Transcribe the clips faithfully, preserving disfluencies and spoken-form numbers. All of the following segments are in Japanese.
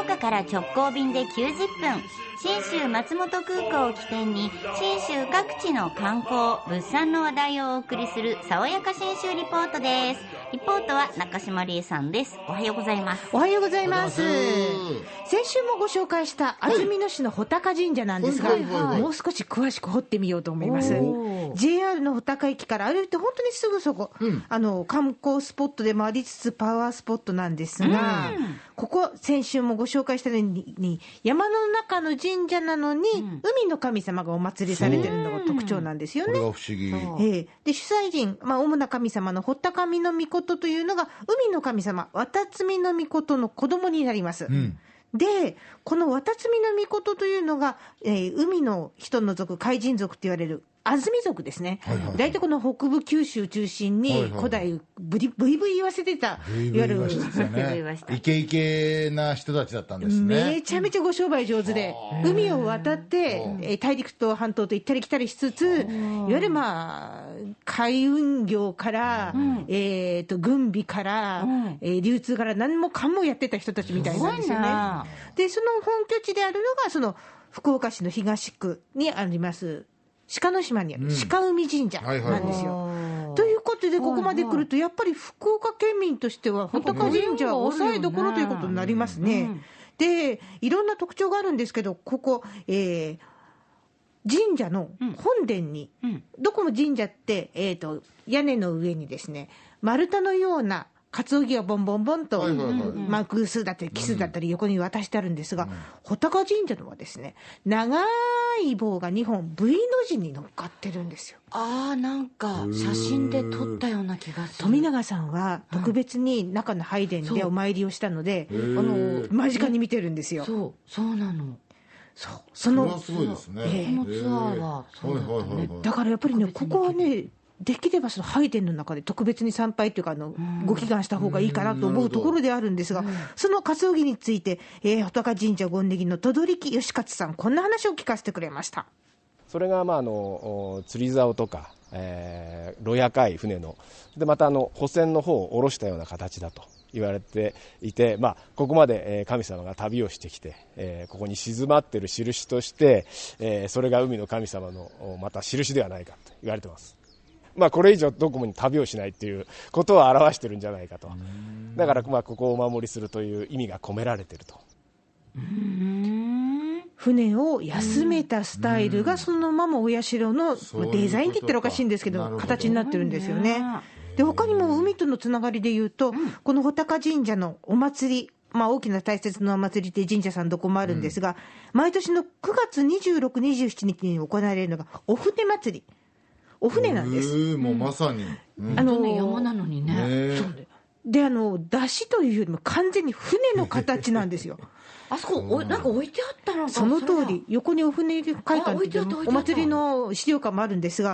岡から直行便できゅうじゅっぷん、信州松本空港を起点に信州各地の観光物産の話題をお送りする爽やか信州リポートです。リポートは中島理恵さんです。おはようございます。 おはようございます。先週もご紹介した安曇野市の穂高神社なんですが、はいはいはいはい、もう少し詳しく掘ってみようと思います。 ジェイアール の穂高駅から歩いて本当にすぐそこ、うん、あの観光スポットでもありつつパワースポットなんですが、うん、ここ先週もご紹介したように山の中の神社なのに、うん、海の神様がお祭りされているのが特徴なんですよね。 これは不思議。えー、で主催人、まあ、主な神様の穂高御命というのが海の神様渡積の命の子供になります、うん、でこの渡積の命というのが、えー、海の人の族海神族と言われる安住族ですね、はいはいはい、大体この北部九州中心に古代ブリブイブイ言わせてた、 いわゆるイケイケな人たちだったんですね。 めちゃめちゃご商売上手で海を渡って大陸と半島と行ったり来たりしつつ、いわゆるまあ海運業から、うん、えー、と軍備から、うんえー、流通から何もかもやってた人たちみたいなんですよね。でその本拠地であるのがその福岡市の東区にあります鹿の島にある鹿海神社なんですよ、うんはい、ということでここまで来るとやっぱり福岡県民としては穂高神社は抑えどころということになりますね、うん、でいろんな特徴があるんですけどここ、えー、神社の本殿に、うん、どこも神社って、えーと、屋根の上にですね丸太のようなかつおぎがボンボンボンと、はいはいはいまあ、偶数だったり奇数だったり横に渡してあるんですが、うん、穂高神社のはですね長い棒がにほん V の字に乗っかってるんですよ。 あーなんか写真で撮ったような気がする。 富永さんは特別に中の拝殿でお参りをしたので、うん、あの間近に見てるんですよ。 そうそうなの。 そうそのそれはすごいですね、えー、このツアーはそうだったね、はいはいはいはい、 だからやっぱりねここはねできればその拝殿の中で特別に参拝というかあのご祈願した方がいいかなと思うところであるんですが、そのかつおぎについて、えー、穂高神社権禰宜の戸取義勝さんこんな話を聞かせてくれました。 それが、まあ、あの釣り竿とか、えー、ロヤカい船のでまたあの補船の方を下ろしたような形だと言われていて、まあ、ここまで、えー、神様が旅をしてきて、えー、ここに静まっている印として、えー、それが海の神様のまた印ではないかと言われています。まあ、これ以上どこに旅をしないっていうことを表してるんじゃないかと。だからまあここをお守りするという意味が込められていると。 うーん船を休めたスタイルがそのままお社のデザインって言ったらおかしいんですけど形になってるんですよね。で他にも海とのつながりでいうとこの穂高神社のお祭り、まあ、大きな大切なお祭りって神社さんどこもあるんですが、毎年のくがつにじゅうろく、にじゅうしちにちに行われるのがお船祭り、お船なんです。 もうまさに、 うん、あのね山なのにね。 ねそうであの出汁というよりも完全に船の形なんですよ。 あそこおなんか置いてあったのか。 その通り横にお船会館っていうお祭りの資料館もあるんですが、うん、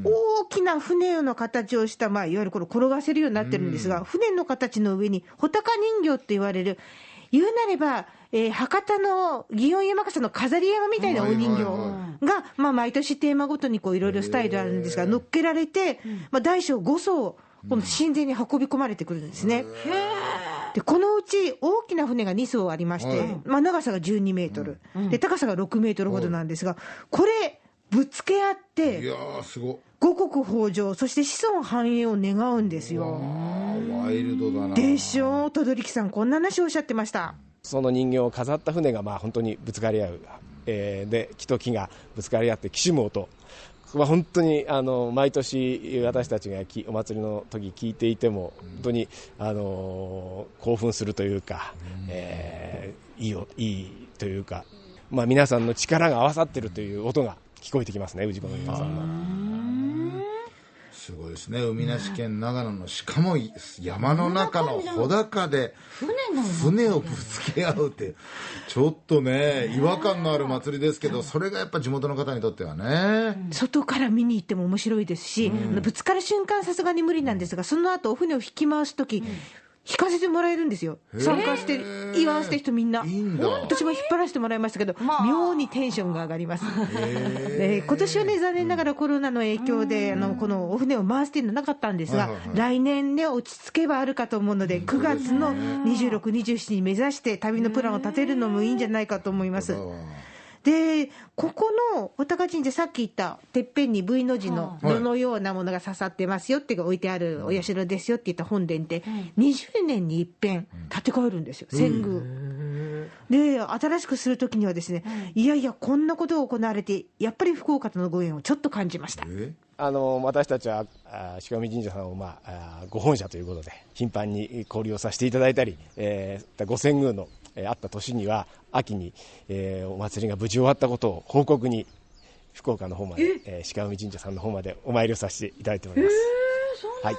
大きな船の形をした、まあ、いわゆるこれ転がせるようになってるんですが、うん、船の形の上に穂高人形って言われる言うなれば、えー、博多の祇園山笠の飾り山みたいなお人形が、はいはいはいまあ、毎年テーマごとにいろいろスタイルあるんですが乗っけられて、まあ、大小ごそうこの神前に運び込まれてくるんですね。でこのうち大きな船がにそうありまして、まあ、長さがじゅうにメートル、で高さがろくメートルほどなんですが、これぶつけ合っていやーすごい五穀豊穣そして子孫繁栄を願うんですよ。 ワイルドだなでしょう。戸取さんこんな話をおっしゃってました。 その人形を飾った船がまあ本当にぶつかり合う、えー、で木と木がぶつかり合ってきしむ音は本当にあの毎年私たちがお祭りの時聞いていても本当にあの興奮するというか、えー、いいよいいというか、まあ、皆さんの力が合わさっているという音が聞こえてきますね。氏子の皆さんはすごいですね。海なし県長野のしかも山の中の穂高で船をぶつけ合うってちょっとね違和感のある祭りですけど、それがやっぱ地元の方にとってはね外から見に行っても面白いですし、うん、ぶつかる瞬間さすがに無理なんですが、その後お船を引き回すとき、うん引引かせてもらえるんですよ、参加して言わせた人みんな。 いいんだ。 私も引っ張らせてもらいましたけど、 まあ妙にテンションが上がります。で今年はね、残念ながらコロナの影響で、あのこのお船を回すっていうのはなかったんですが、 はいはいはい、 来年ね、落ち着けばあるかと思うので、くがつのにじゅうろく、にじゅうしちに目指して旅のプランを立てるのもいいんじゃないかと思います。でここの穂高神社、さっき言ったてっぺんに V の字の炉のようなものが刺さってますよって置いてあるお社ですよって言った本殿って、にじゅうねんに一遍建て替えるんですよ、遷宮で。新しくするときにはですね、いやいやこんなことが行われて、やっぱり福岡とのご縁をちょっと感じました。 あの私たちは鹿上神社さんを、まあ、ご本社ということで頻繁に交流をさせていただいたり、えー、ご遷宮のえー、あった年には秋に、えー、お祭りが無事終わったことを報告に福岡の方まで、えー、鹿上神社さんの方までお参りをさせていただいております。はい、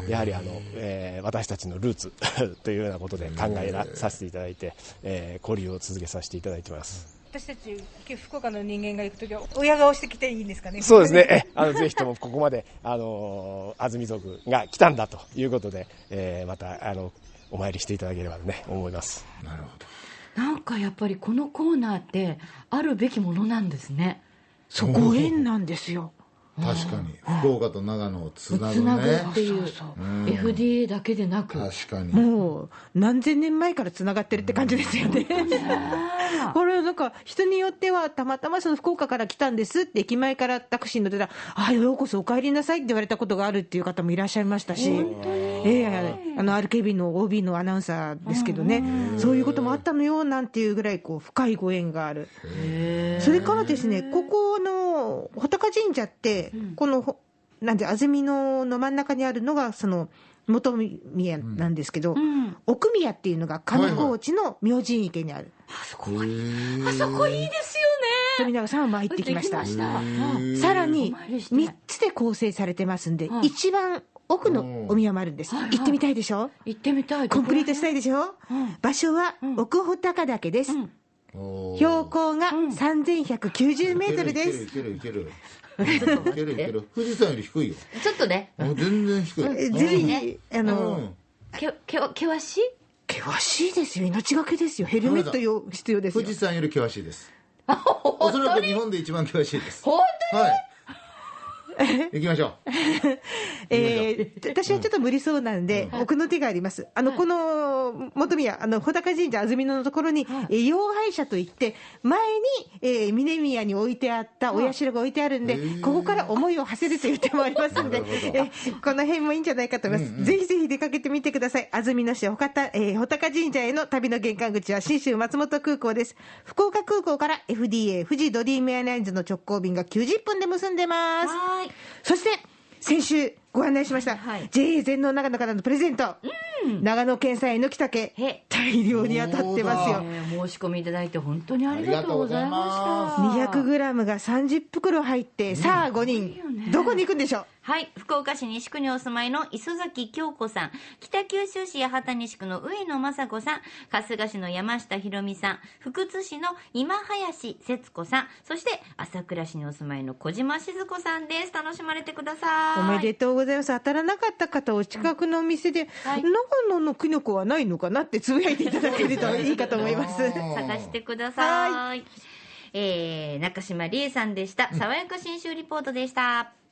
やはりあの、えー、私たちのルーツというようなことで考えさせていただいて、えー、交流を続けさせていただいております。 私たち福岡の人間が行くときは親顔してきていいんですかね。 そうですね、えあのぜひともここまで、あのー、安住族が来たんだということで、えー、またあのお参りしていただければね思います。 なるほど。なんかやっぱりこのコーナーってあるべきものなんですね。 そう、ご縁なんですよ。 確かに福岡と長野をつなぐね、 つなぐっていう、 そうそう、うん、エフディーエー だけでなく、 確かにもう何千年前からつながってるって感じですよね。これなんか人によってはたまたまその福岡から来たんですって駅前からタクシーに乗ってたら、あようこそお帰りなさいって言われたことがあるっていう方もいらっしゃいましたし、えー、あの アールケービー の オービー のアナウンサーですけどね、そういうこともあったのよなんていうぐらいこう深いご縁がある。それからですね、ここの穂高神社ってこのなんで安曇野の真ん中にあるのがその元宮なんですけど、うん、奥宮っていうのが上高地の明神池にある、 はいはい、あそこあそこいいですよね。 富永さんは参ってきました。さらにみっつで構成されてますんで、一番奥のお宮もあるんです。行ってみたいでしょ。 行ってみたい。 コンプリートしたいでしょ、うん、場所は奥穂高岳です、うん、標高がさんぜんひゃくきゅうじゅうメートルです。 いけるいけるいけるいけるいけるいける。富士山より低いよ。 ちょっとね。 全然低い。 ぜひね、あのけけ険しい？ 険しいですよ。命がけですよ。ヘルメット用必要ですよ。 富士山より険しいです。おそらく日本で一番険しいです。 本当に？ はい。行きましょう。 えー、私はちょっと無理そうなんで、うん、奥の手があります。あの、はい、この元宮、あの穂高神社安曇野のところに、はい、妖拝社といって前に、えー、峰宮に置いてあったお社が置いてあるんで、はい、ここから思いを馳せるという手もありますので、えー、この辺もいいんじゃないかと思います。うんうん、ぜひぜひ出かけてみてください。安曇野市穂高、えー、穂高神社への旅の玄関口は信州松本空港です。福岡空港から エフディーエー 富士ドリームエアラインズの直行便がきゅうじゅっぷんで結んでます。はい、そして先週ご案内しました、はい、ジェーエー 全農長野からのプレゼント、うん、長野県産えのきたけ大量に当たってますよ。 申し込みいただいて本当にありがとうございました。 にひゃくグラム がさんじゅっぷくろ入って、うん、さあごにん、ね、どこに行くんでしょう。 はい、福岡市西区にお住まいの磯崎京子さん、北九州市八幡西区の上野雅子さん、春日市の山下ひろみさん、福津市の今林節子さん、そして朝倉市にお住まいの小島静子さんです。楽しまれてください。 おめでとうございます。当たらなかった方、お近くのお店で、うん、はい、長野のきのこはないのかなってつぶやいていただけるといいかと思います探してください。はい、えー、中島理恵さんでした。爽やか新州リポートでした。